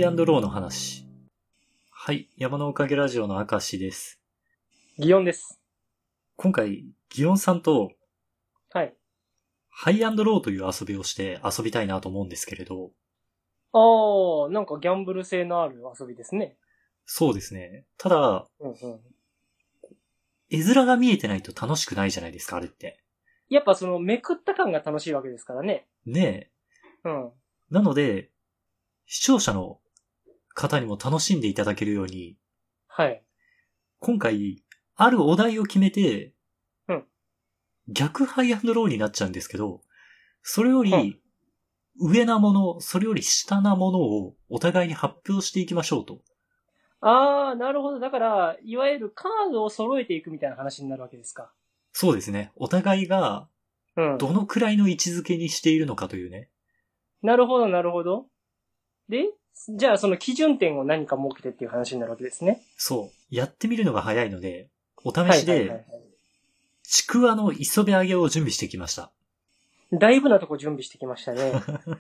イアンドローの話。はい、山のおかげラジオの明石です。 祇園です。 今回、祇園さんと、 はい。 ハイアンドローという遊びをして遊びたいなと思うんですけれど。 なんかギャンブル性のある遊びですね。 そうですね。ただ、 うんうん。 絵面が見えてないと楽しくないじゃないですか、あれって。 やっぱそのめくった感が楽しいわけですからね。 ねうん。 え。なので、視聴者の方にも楽しんでいただけるように、 はい。 今回、あるお題を決めて、 うん。 逆ハイアンドローになっちゃうんですけど、それよはり上なもの、それより下なものをお互いに発表していきましょうと。 なるほど。だから、いわゆるカードを揃えていくみたいな話になるわけですか。 そうですね。お互いがうん。 どのくらいの位置づけにしているのかというね。 なるほど、なるほど。で、じゃあその基準点を何か設けてっていう話になるわけですね。 そう。やってみるのが早いので、お試しはいはいはいはで、ちくわの磯辺揚げを準備してきました。 い。だいぶなとこ準備してきましたね。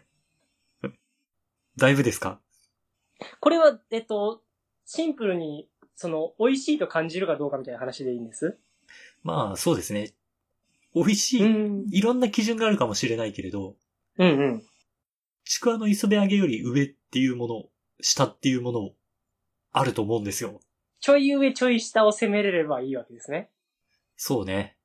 だいぶですか？ これは、シンプルに、美味しいと感じるかどうかみたいな話でいいんです。 まあ、そうですね。美味しい。 うん。 いろんな基準があるかもしれないけれど、 うんうん。 ちくわの磯辺揚げより上っていうもの、下っていうもの、あると思うんですよ。 ちょい上ちょい下を攻めれればいいわけですね。 そうね。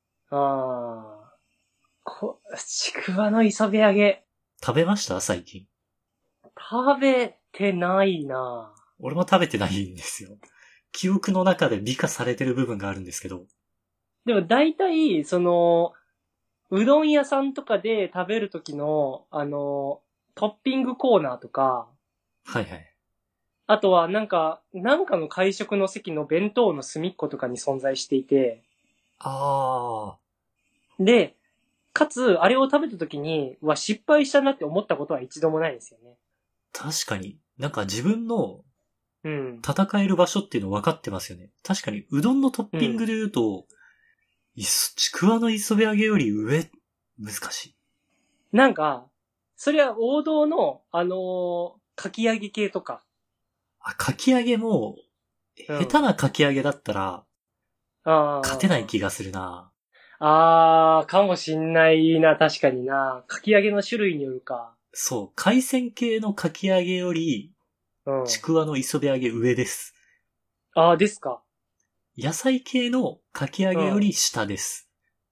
ちくわの磯辺揚げ。 食べました最近。 食べてないなぁ。 俺も食べてないんですよ。記憶の中で美化されてる部分があるんですけど。 でも大体、うどん屋さんとかで食べるときの、トッピングコーナーとか、 はいはい。 あとはなんかの会食の席の弁当の隅っことかに存在していて、 あで、かつ、あれを食べたときに、失敗したなって思ったことは一度もないんですよね。 確かに。なんか自分のうん。 戦える場所っていうの分かってますよね。確かに、うどんのトッうん。 ピングで言うと、ちくわの磯辺揚げより上、難しい。 なんか、それは王道の、かき揚げ系とか。 かき揚げも、 うん。 下手なかき揚げだったら、勝てないあ気がするな。 かもしんないな、確かにな。かき揚げの種類によるか。 そう、海鮮系のかき揚げより、 うん。 ちくわの磯辺揚げ上です。 ですか。 野菜系のかき揚うん。 げより下です。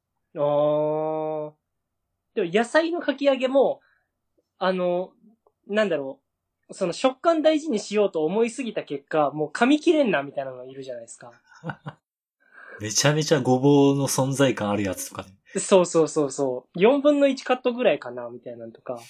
でも野菜のかき揚げも、あの、なんだろその食感大事にしようと思いすぎた結果、もう噛み切れんなみたいなのがいるじゃないですか。 めちゃめちゃごぼうの存在感あるやつとかね。 そうそうそうそう。4分の1カットぐらいかな、みたいなのとか。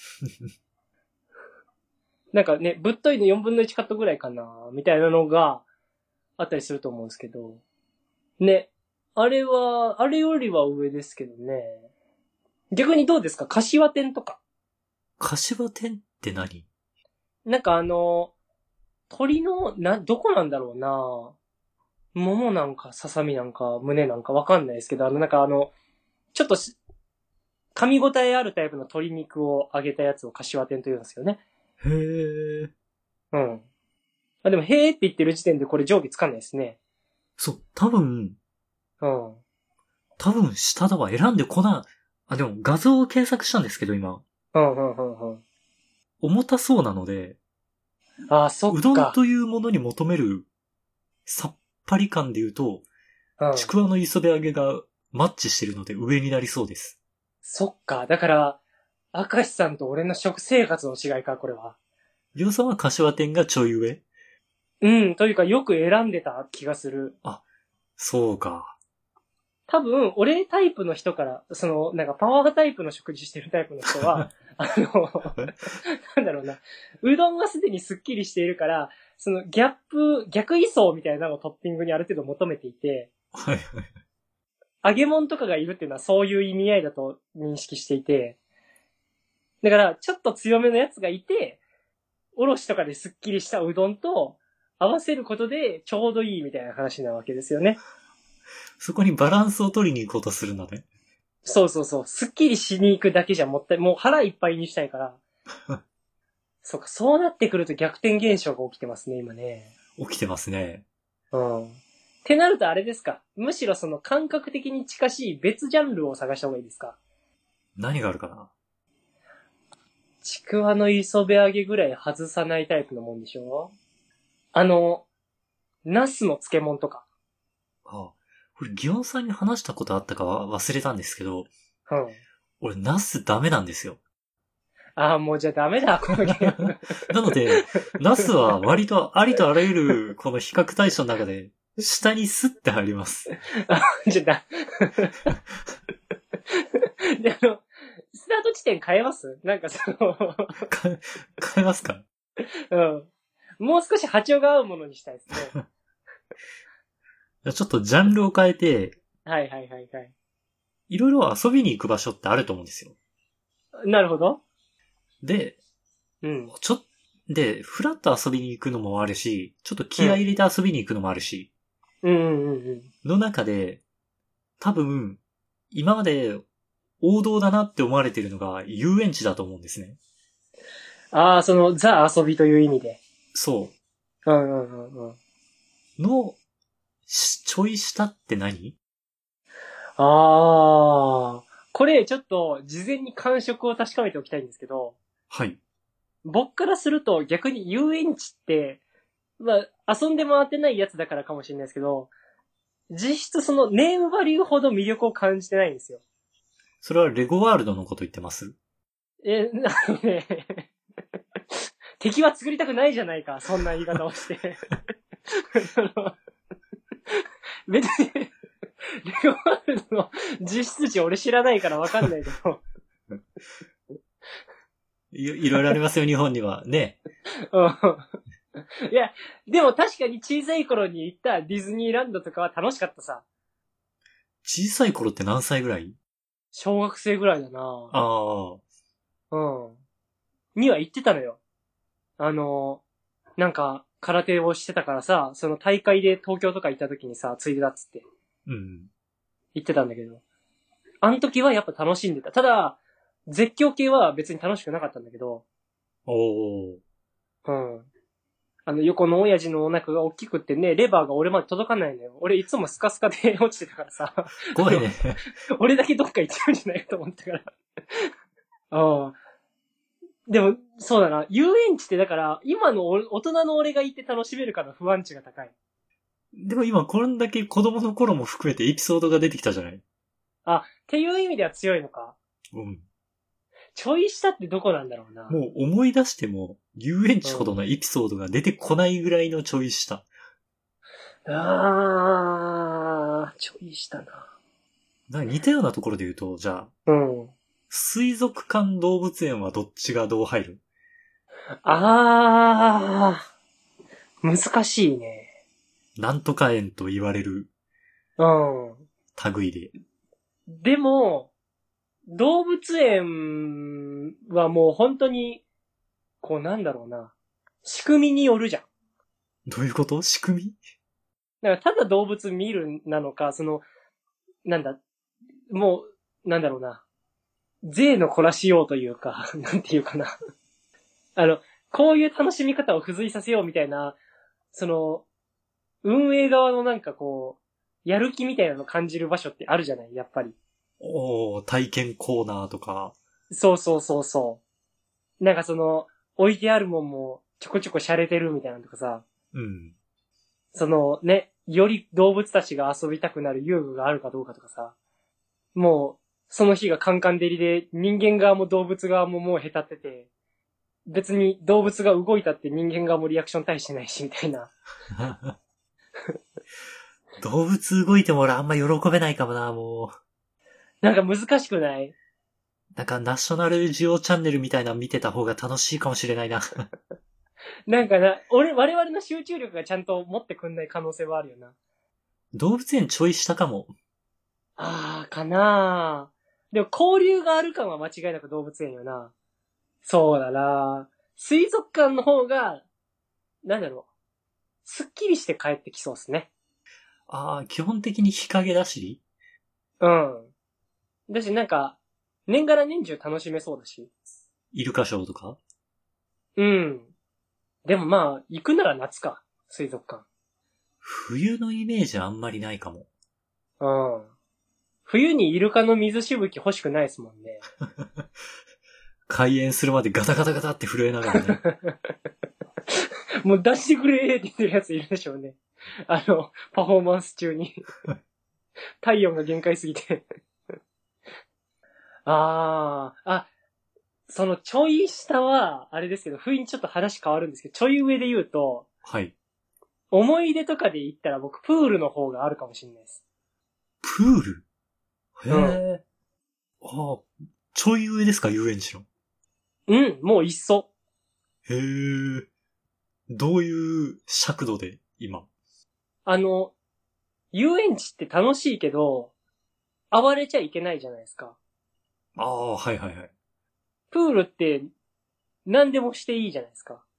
なんかね、ぶっといの4分の1カットぐらいかな、みたいなのがあったりすると思うんですけど。ね。あれよりは上ですけどね。逆にどうですか？柏天とか。 柏天って何？ なんか鳥の、どこなんだろうな。ももなんか、ささみなんか、胸なんかわかんないですけど、ちょっと噛み応えあるタイプの鶏肉を揚げたやつを柏天と言うんですよね。 へー。 うん。でも、へーって言ってる時点でこれ定規つかんないですね。 そう、 うん。 多分下だわ。選んでこな、でも画像を検索したんですけど今、 うん、うん、うん、うん。 重たそうなので、 そうどんっか。 というものに求めるさっぱり感で言うと、 うん。 ちくわの磯辺揚げがマッチしてるので上になりそうです。 そっか。だから、明石さんと俺の食生活の違いか、これは。 りょうさんは柏店がちょい上？ うん、というかよく選んでた気がする。 あ、そうか。 多分、俺タイプの人から、なんかパワータイプの食事してるタイプの人は、なんだろうな、うどんがすでにスッキリしているから、その逆位相みたいなのをトッピングにある程度求めていて、 はい。 揚げ物とかがいるっていうのはそういう意味合いだと認識していて、だから、ちょっと強めのやつがいて、おろしとかでスッキリしたうどんと合わせることでちょうどいいみたいな話なわけですよね。 そこにバランスを取りに行こうとするんだね。 そうそうそう。スッキリしに行くだけじゃもう腹いっぱいにしたいから。 そうか、そうなってくると逆転現象が起きてますね、今ね。 起きてますね。 うん。ってなるとあれですか？むしろその感覚的に近しい別ジャンルを探した方がいいですか？ 何があるかな。 ちくわの磯辺揚げぐらい外さないタイプのもんでしょ？ナスの漬物とか。 あ、これ、ギオンさんに話したことあったかは忘れたんですけど、 うん。 俺、ナスダメなんですよ。 ああ、もうじゃあダメだ、このゲーム。 なので、ナスは割とありとあらゆる、この比較対象の中で、下にスッて入ります。 じゃあで、スタート地点変えますなんか変えますか？ うん。もう少し波長が合うものにしたいですね。 ちょっとジャンルを変えて、 はいはいはいはい。 いろいろ遊びに行く場所ってあると思うんですよ。 なるほど。 で、 うん。 フラッと遊びに行くのもあるし、ちょっと気合い入れて遊びに行くのもあるし、 うんうんうんの中で、多分、今まで王道だなって思われてるのが遊園地だと思うんですね。 ああ、ザ遊びという意味で。 そうんうんうんうん。 う。ちょい下って何？ ああ、これちょっと事前に感触を確かめておきたいんですけど、 はい。 僕からすると逆に遊園地って、まあ遊んで回ってないやつだからかもしれないですけど、実質そのネームバリューほど魅力を感じてないんですよ。 それはレゴワールドのこと言ってます？ ね、敵は作りたくないじゃないか、そんな言い方をして。別に、レゴワールドの実質値俺知らないからわかんないけど。 いろいろありますよ、日本には。ね。 うん。いや、でも確かに小さい頃に行ったディズニーランドとかは楽しかったさ。 小さい頃って何歳ぐらい？ 小学生ぐらいだな。 ああ。 うん。には行ってたのよ。なんか、空手をしてたからさ、その大会で東京とか行った時にさ、ついでだっつってうん。 行ってたんだけど。あの時はやっぱ楽しんでた。ただ、絶叫系は別に楽しくなかったんだけど、 おー。 うん。横の親父のお腹が大きくってね、レバーが俺まで届かないのよ。俺いつもスカスカで落ちてたからさ。 怖いね。 俺だけどっか行っちゃうんじゃないかと思ったから。ああ。でも、そうだな。遊園地ってだから、今の大人の俺が行って楽しめるかの不安値が高い。 でも今こんだけ子供の頃も含めてエピソードが出てきたじゃない？ あ、っていう意味では強いのか。 うん。 ちょい下ってどこなんだろうな。 もう思い出しても、遊園地ほどのエピソードが出てこないぐらいのちょい下。 ちょい下な。 なんか似たようなところで言うと、じゃあ、 うん。 水族館動物園はどっちがどう入る？ 難しいね。 なんとか園と言われるうん。 類で。 でも、動物園はもう本当に、こうなんだろうな。仕組みによるじゃん。 どういうこと？仕組み？ だからただ動物見るなのか、もう、なんだろうな。税の凝らしようというか、なんていうかな。こういう楽しみ方を付随させようみたいな、運営側のなんかこう、やる気みたいなのを感じる場所ってあるじゃないやっぱり。 体験コーナーとか。 そうそうそうそう。なんか置いてあるもんもちょこちょこ洒落てるみたいなのとかさ、 うん。 より動物たちが遊びたくなる遊具があるかどうかとかさ、もう、その日がカンカン照りで人間側も動物側ももうへたってて、別に動物が動いたって人間側もリアクション大してないしみたいな。 動物動いても俺あんま喜べないかもな、もなんか難しくない？ う。なんかナショナルジオチャンネルみたいなの見てた方が楽しいかもしれないな。 なんか我々の集中力がちゃんと持ってくんない可能性はあるよな。 動物園ちょい下かも。 かなぁ。でも交流がある感は間違いなく動物園よな。そうだなぁ。水族館の方が、なんだろう。すっきりして帰ってきそうですね。 基本的に日陰だし。 うん。だしなんか、年がら年中楽しめそうだし。 イルカショーとか。 うん。でもまあ、行くなら夏か。水族館。 冬のイメージあんまりないかも。 うん。冬にイルカの水しぶき欲しくないですもんね。 開園するまでガタガタガタって震えながらね。 もう出してくれーって言ってるやついるでしょうね。パフォーマンス中に。体温が限界すぎて。そのちょい下は、あれですけど、不意にちょっと話変わるんですけど、ちょい上で言うと、 はい。 思い出とかで言ったら僕、プールの方があるかもしれないです。 プールへうんえ。ああ、ちょい上ですか、遊園地の。 うん、もういっそ。 へえ。どういう尺度で、今。 あの、遊園地って楽しいけど、暴れちゃいけないじゃないですか。 ああ、はいはいはい。 プールって何でもしていいじゃないですか。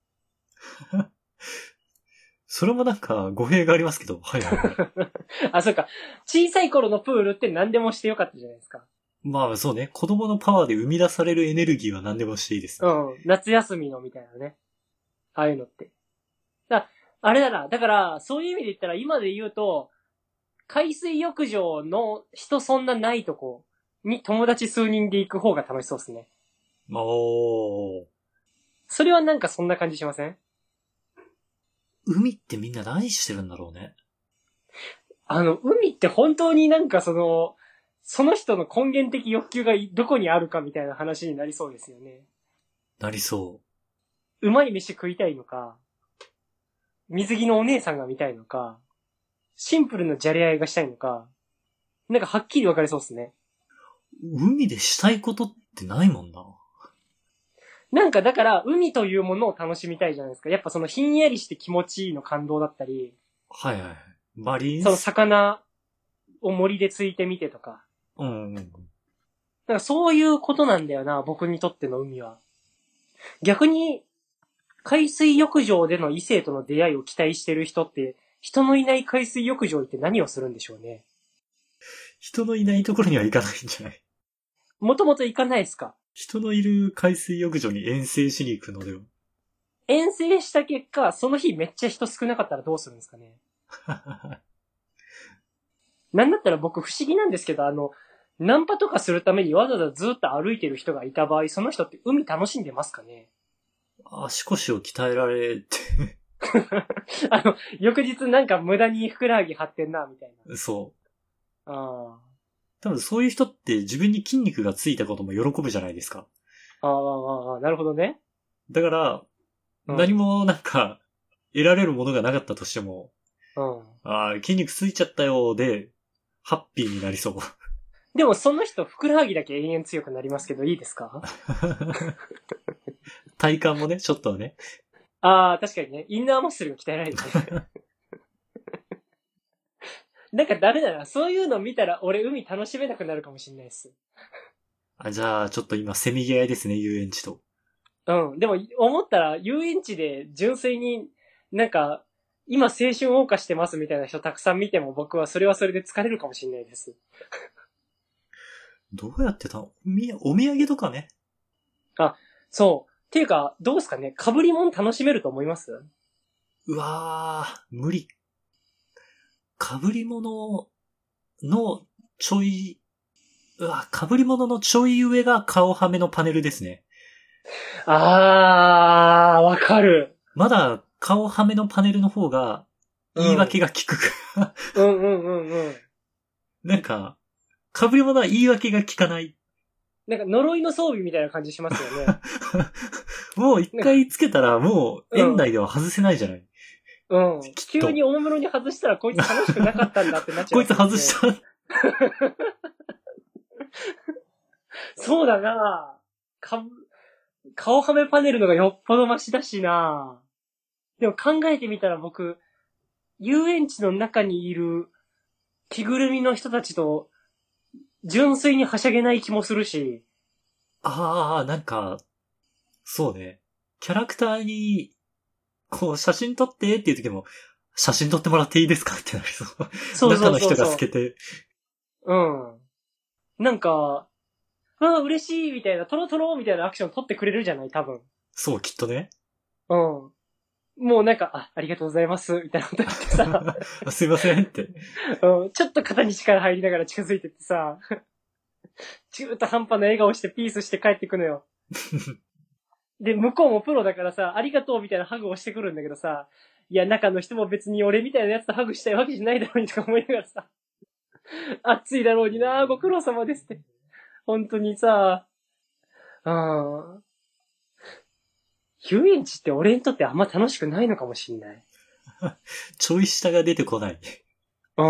それもなんか語弊がありますけど、はいはいはい。 あ、そっか。小さい頃のプールって何でもしてよかったじゃないですか。 まあそうね、子供のパワーで生み出されるエネルギーは何でもしていいですね。 うん。夏休みのみたいなね。ああいうのって。あれだな。だから、そういう意味で言ったら、今で言うと、海水浴場の人そんなないとこに友達数人で行く方が楽しそうですね。 おー。 それはなんかそんな感じしません？ 海ってみんな何してるんだろうね。 海って本当になんかその人の根源的欲求がどこにあるかみたいな話になりそうですよね。 なりそうまい飯食いたいのか、水着のお姉さんが見たいのか、シンプルなじゃれ合いがしたいのか、なんかはっきり分かれそうですね。 う。海でしたいことってないもんな。 なんかだから、海というものを楽しみたいじゃないですか。やっぱそのひんやりして気持ちいいの感動だったり、 はいはいはい。マリンそのス、 魚を森でついてみてとか。 うんうんうん。 なんかそういうことなんだよな、僕にとっての海は。逆に、海水浴場での異性との出会いを期待してる人って、人のいない海水浴場行って何をするんでしょうね。 人のいないところには行かないんじゃない？ もともと行かないですか？ 人のいる海水浴場に遠征しに行くのでは。 遠征した結果、その日めっちゃ人少なかったらどうするんですかね。なんだったら僕不思議なんですけど、ナンパとかするためにわざわざずっと歩いてる人がいた場合、その人って海楽しんでますかね？ 足腰を鍛えられて翌日なんか無駄にふくらはぎ張ってんな、みたいそう。 な。 多分そういう人って自分に筋肉がついたことも喜ぶじゃないですか。 なるほどね。 だから、 うん何もなんか、得られるものがなかったとしても、 うん。 筋肉ついちゃったようで、ハッピーになりそう。 でもその人、ふくらはぎだけ延々強くなりますけど、いいですか？ 体幹もね、ちょっとはね。 確かにね。インナーマッスルが鍛えられるね。なんかダメだな。そういうの見たら俺海楽しめなくなるかもしれないです。 じゃあ、ちょっと今、せめぎ合いですね、遊園地と。 うん。でも思ったら遊園地で純粋になんか今青春謳歌してますみたいな人たくさん見ても僕はそれはそれで疲れるかもしれないです。 どうやってお土産とかね。 そう。っていうか、どうすかね？被り物楽しめると思います？ うわー、無理。被り物のちょい、被り物のちょい上が顔はめのパネルですね。 わかる。 まだ顔はめのパネルの方が言い訳が効く。 うんうんうんうん。 なんか、被り物は言い訳が効かない。 なんか呪いの装備みたいな感じしますよね。 もう一回つけたらもう園内では外せないじゃない。 うん。 きっと急に大室に外したらこいつ楽しくなかったんだってなっちゃう、 こいつ外した。 そうだな顔はめパネルのがよっぽどマシだしなでも考えてみたら僕、遊園地の中にいる着ぐるみの人たちと純粋にはしゃげない気もするし。 なんか、そうね。キャラクターに、こう、写真撮ってっていう時も、写真撮ってもらっていいですかってなりそう。 そう中の人そうそうそう。 が透けて。 うん。なんか、嬉しいみたいな、トロトロみたいなアクション取ってくれるじゃない、多分。 そう、きっとね。 うん。もうなんか、ありがとうございます、みたいなこと言ってさ、 すいませんって。 うん、ちょっと肩に力入りながら近づいてってさ、中途半端な笑顔してピースして帰ってくのよ。で、向こうもプロだからさ、ありがとうみたいなハグをしてくるんだけどさ、いや、中の人も別に俺みたいなやつとハグしたいわけじゃないだろうにとか思いながらさ、暑いだろうにな、ご苦労様ですって。本当にさ、遊園地って俺にとってあんま楽しくないのかもしんない。 ちょい下が出てこない。 うん。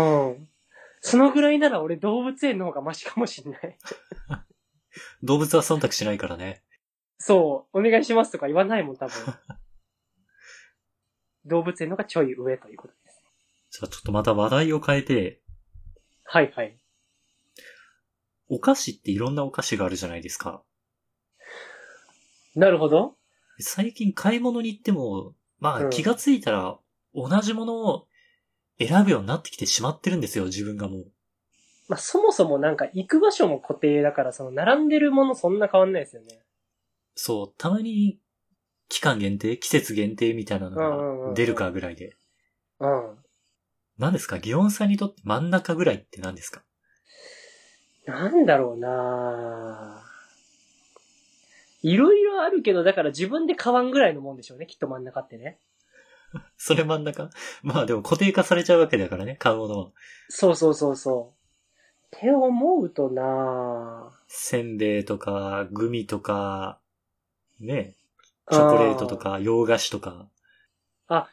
そのぐらいなら俺動物園の方がマシかもしんない。 動物は忖度しないからね。 そう、お願いしますとか言わないもん、多分。動物園の方がちょい上ということです。 じゃあちょっとまた話題を変えて、 はいはい。 お菓子っていろんなお菓子があるじゃないですか。 なるほど。 最近買い物に行っても、まあうん気がついたら同じものを選ぶようになってきてしまってるんですよ、自分がもう。 まあ、そもそもなんか行く場所も固定だから、その並んでるものそんな変わんないですよね。 そう、たまに期間限定、季節限定みたいなのが出るかぐらいで。 うん。 何ですか、祇園さんにとって真ん中ぐらいって何ですか？ なんだろうないろいろあるけど、だから自分で買わんぐらいのもんでしょうね、きっと真ん中ってね。 それ真ん中。まあでも固定化されちゃうわけだからね、買うものは。 そうそうそうそう。って思うとせんべいとか、グミとか、ね、チョコレートとか、洋菓子とか。 あ、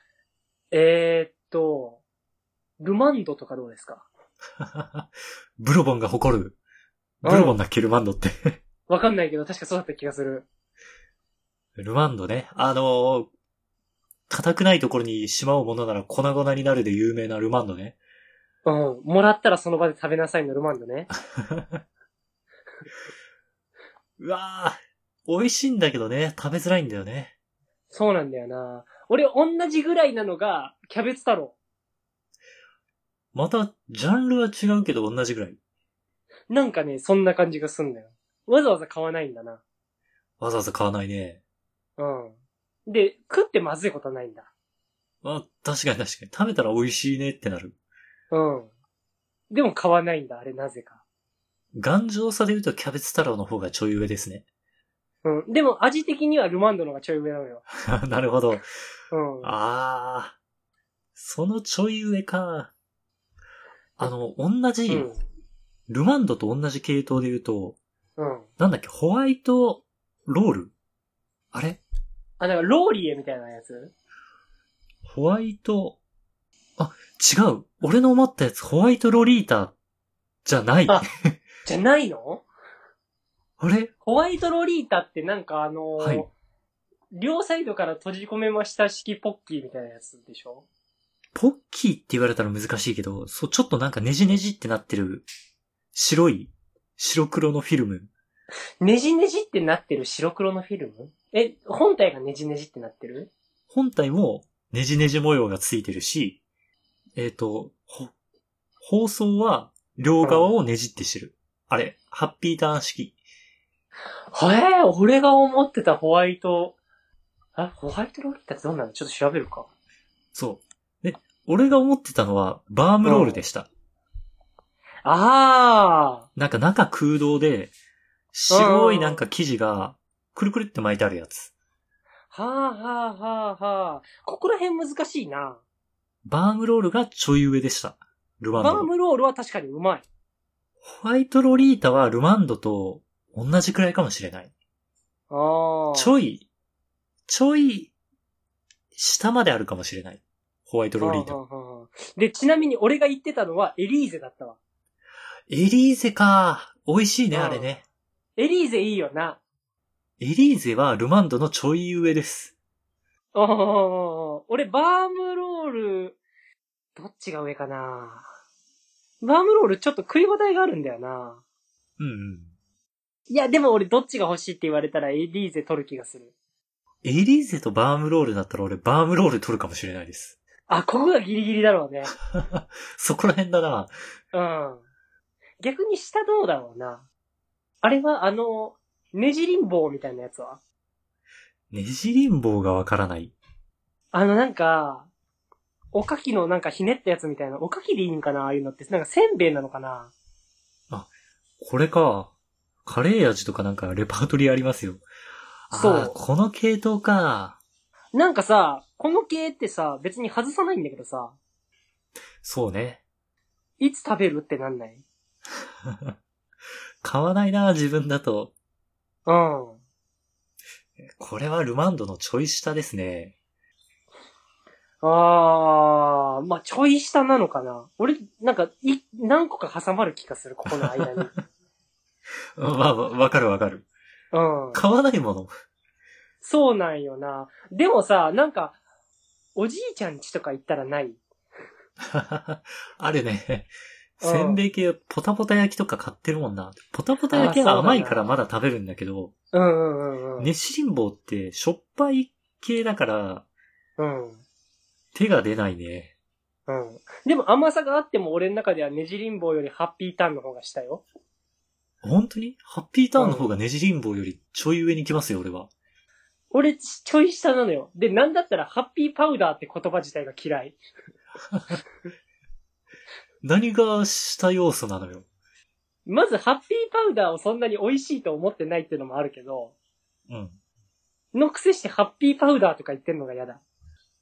ルマンドとかどうですか？ ブロボンが誇る。ブロボンだっけ、ルマンドって。 わかんないけど、確かそうだった気がする。 ルマンドね。硬くないところにしまうものなら粉々になるで有名なルマンドね。 うん。もらったらその場で食べなさいのルマンドね。 うわぁ、美味しいんだけどね、食べづらいんだよね。 そうなんだよな。俺同じぐらいなのが、キャベツ太郎。 また、ジャンルは違うけど同じぐらい。 なんかね、そんな感じがすんだよ。わざわざ買わないんだな。 わざわざ買わないね。 うん。で、食ってまずいことはないんだ。 あ、確かに確かに。食べたら美味しいねってなる。 うん。でも買わないんだ、あれなぜか。 頑丈さで言うとキャベツ太郎の方がちょい上ですね。 うん。でも味的にはルマンドの方がちょい上なのよ。 なるほど。 うん。 そのちょい上か。同じ、 うん。 ルマンドと同じ系統で言うと、 うん。 なんだっけ、ホワイトロールあれなんかローリエみたいなやつ？ ホワイト、違う。俺の思ったやつ、ホワイトロリータじゃない。 じゃないの？ あれホワイトロリータってなんかはい。 両サイドから閉じ込めました式ポッキーみたいなやつでしょ？ ポッキーって言われたら難しいけど、そう、ちょっとなんかネジネジってなってる、白黒のフィルム。 ネジネジってなってる白黒のフィルム？本体がネジネジってなってる？ 本体もネジネジ模様がついてるし、包装は両側をねじってしてる。あれ、ハッピーターン式。 俺が思ってたホワイト、ホワイトロリータってどんなの？ちょっと調べるか。 そう。で、俺が思ってたのはバームロールでした。なんか中空洞で、白いなんか生地がくるくるって巻いてあるやつ。 ここら辺難しいな。 バームロールがちょい上でした。ルマンドの。 バームロールは確かにうまい。 ホワイトロリータはルマンドと同じくらいかもしれない。ちょい、下まであるかもしれない。ホワイトロリータ。 で、ちなみに俺が言ってたのはエリーゼだったわ。 エリーゼか。美味しいね、あれね。 エリーゼいいよな。 エリーゼはルマンドのちょい上です。 俺バームロール、どっちが上かな。バームロールちょっと食い応えがあるんだよな。 うんうん。 いや、でも俺どっちが欲しいって言われたらエリーゼ取る気がする。 エリーゼとバームロールだったら俺バームロール取るかもしれないです。 ここがギリギリだろうね。 そこら辺だな。 うん。逆に下どうだろうな。あれはねじりんぼうみたいなやつは？ ねじりんぼうがわからない。 なんか、おかきのなんかひねったやつみたいな、おかきでいいんかなああいうのって、なんかせんべいなのかな。 これか。カレー味とかなんかレパートリーありますよ。 そうこの系統か。 なんかさ、この系ってさ、別に外さないんだけどさ、 そうね。 いつ食べるってなんない？ 買わないな、自分だと。 うん。 これはルマンドのちょい下ですね。 まあ、ちょい下なのかな。俺、なんか、何個か挟まる気がする、ここの間に。 まあ、わかるわかる。 うん。 買わないもの。 そうなんよな。でもさ、なんか、おじいちゃん家とか行ったらない？ あるね。 うん。 せんべい系、ポタポタ焼きとか買ってるもんな。ポタポタ焼きそうだなは甘いからまだ食べるんだけど、 うんうんうんねしりんぼうってしょっぱい系だから、 うん。うん。 手が出ないね。 うん。でも甘さがあっても俺の中ではねじりんぼうよりハッピーターンの方がしたよ。 本当にハッピーターンの方うんがねじりんぼうよりちょい上に来ますよ、俺は。 俺、ちょい下なのよ。で、なんだったらハッピーパウダーって言葉自体が嫌い。 何が下要素なのよ。 まず、ハッピーパウダーをそんなに美味しいと思ってないっていうのもあるけど、 うん。 のくせしてハッピーパウダーとか言ってんのが嫌だ。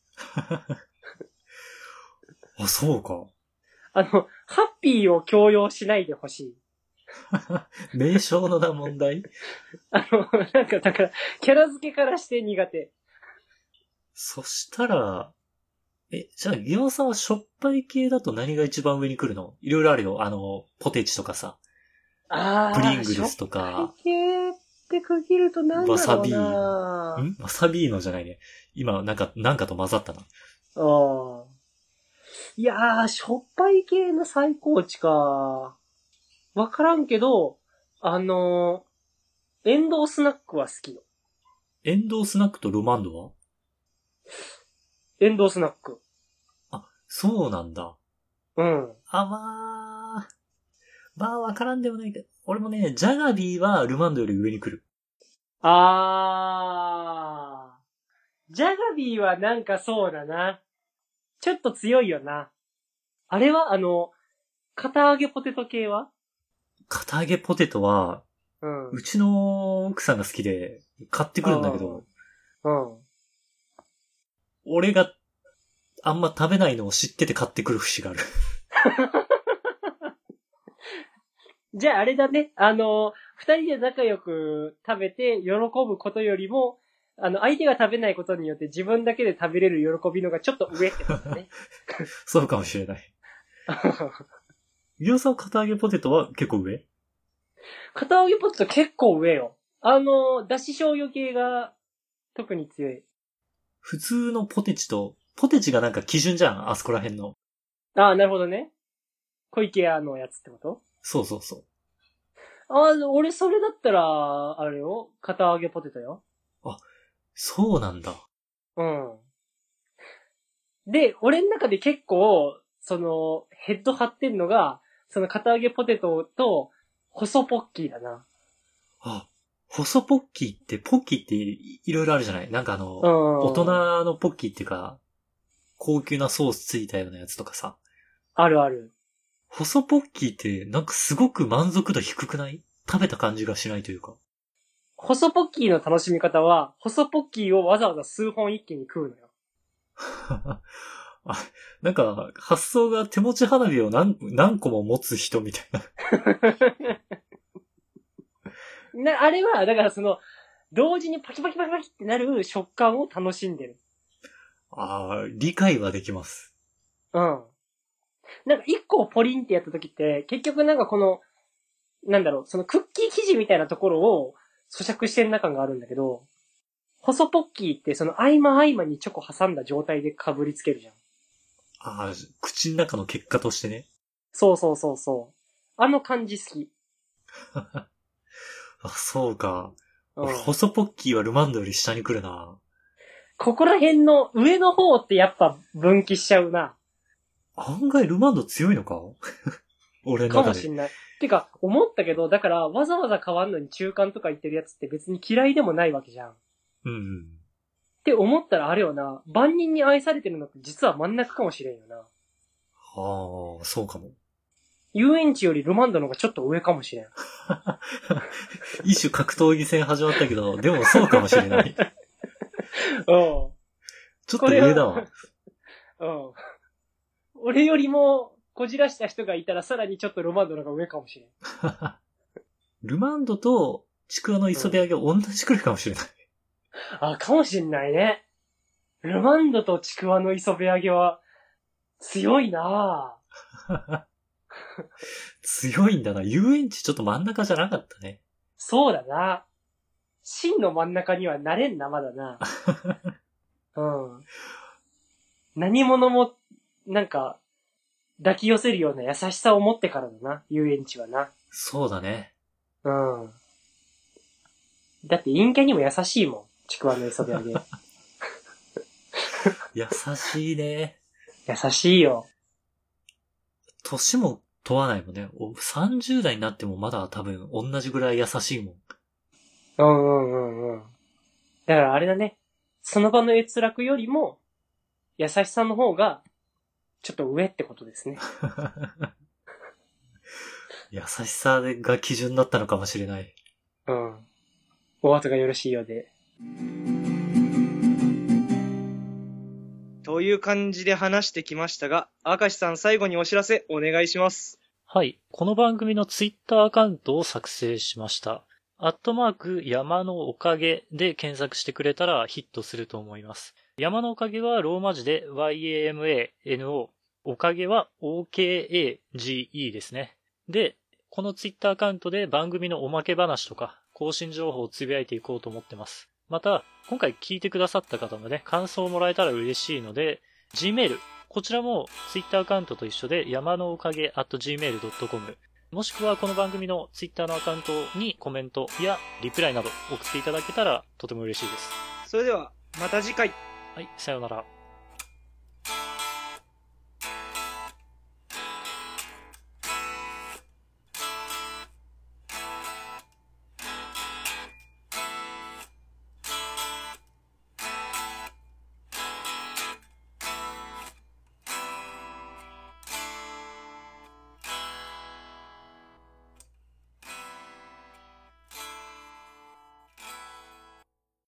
あ、そうか。 ハッピーを強要しないでほしい。 名称のな問題。 なんか、だから、キャラ付けからして苦手。 そしたら、じゃあ、ギオさんはしょっぱい系だと何が一番上に来るの？いろいろあるよ。ポテチとかさ、プリングルスとしょっぱか、 い系って区切るとなんだろうなわさビーわさビーノじゃないね。今、なんかと混ざったな。 うん。いやー、しょっぱい系の最高値か。わからんけど、エンドウスナックは好きよ。 エンドウスナックとルマンドは？ エンドウスナック。 そうなんだ。 うん。 まあ、わからんでもないけど、俺もね、ジャガビーはルマンドより上に来る。 ジャガビーはなんかそうだな。ちょっと強いよな。あれは片揚げポテト系は？ 片揚げポテトは、 うん。 うちの奥さんが好きで、買ってくるんだけど、 うん。 俺があんま食べないのを知ってて買ってくる節がある。 じゃああれだね。二人で仲良く食べて喜ぶことよりも、相手が食べないことによって自分だけで食べれる喜びのがちょっと上ってことだね。 そうかもしれない。ギオさん片揚げポテトは結構上？ 片揚げポテト結構上よ。だし醤油系が特に強い。 普通のポテチがなんか基準じゃん、あそこら辺の。 なるほどね。小池屋のやつってこと？ そうそうそう。 俺それだったら、あれよ。片揚げポテトよ。 そうなんだ。 うん。で、俺の中で結構、ヘッド張ってんのが、その片揚げポテトと、細ポッキーだな。 細ポッキーって、ポッキーっていろいろあるじゃない？なんか大人のポッキーっていうか、高級なソースついたようなやつとかさ。 あるある。 細ポッキーってなんかすごく満足度低くない？食べた感じがしないというか。 細ポッキーの楽しみ方は、細ポッキーをわざわざ数本一気に食うのよ。 なんか、発想が手持ち花火を何個も持つ人みたいな。 あれは、だから同時にパキパキパキパキってなる食感を楽しんでる。 理解はできます。 うん。なんか一個をポリンってやった時って、結局なんかなんだろう、そのクッキー生地みたいなところを咀嚼してる中があるんだけど、細ポッキーってその合間合間にチョコ挟んだ状態で被りつけるじゃん。 口の中の結果としてね。 そうそうそうそう。あの感じ好き。 そうか。 うん。 細ポッキーはルマンドより下に来るな。 ここら辺の上の方ってやっぱ分岐しちゃうな。 案外ルマンド強いのか？俺のか中で。 もしんない。てか、思ったけど、だからわざわざ変わんのに中間とか言ってるやつって別に嫌いでもないわけじゃん。 うん。 って思ったらあれよな、万人に愛されてるのって実は真ん中かもしれんよな。 ああ、そうかも。 遊園地よりルマンドの方がちょっと上かもしれん。 一種格闘技戦始まったけど、でもそうかもしれない。ちょっと上だわ。 うん。俺よりも、こじらした人がいたらさらにちょっとルマンドの方が上かもしれん。 ルマンドとちくわの磯辺揚げ同じくらいかもしれない。 あ、かもしんないね。ルマンドとちくわの磯辺揚げは、強いなぁ。 強いんだな。遊園地ちょっと真ん中じゃなかったね。 そうだな。真の真ん中にはなれんな、まだな。うん。何者も、なんか、抱き寄せるような優しさを持ってからだな、遊園地はな。 そうだね。 うん。だって陰キャにも優しいもん、ちくわの磯辺揚げ。 優しいね。 優しいよ。 年も問わないもんね。30代になってもまだ多分同じぐらい優しいもん。 うん。だからあれだね。その場の閲楽よりも、優しさの方が、ちょっと上ってことですね。 優しさが基準だったのかもしれない。 うん。お後がよろしいようで。 という感じで話してきましたが、明石さん最後にお知らせお願いします。 はい。この番組のツイッターアカウントを作成しました。@山のおかげで検索してくれたらヒットすると思います。山のおかげはローマ字で YAMANO。おかげは OKAGE ですね。で、このツイッターアカウントで番組のおまけ話とか更新情報をつぶやいていこうと思ってます。また、今回聞いてくださった方のね、感想をもらえたら嬉しいので、Gmail、こちらも Twitter アカウントと一緒で、山のおかげ @gmail.com、もしくはこの番組の Twitter のアカウントにコメントやリプライなど送っていただけたらとても嬉しいです。 それでは、また次回。 はい、さようなら。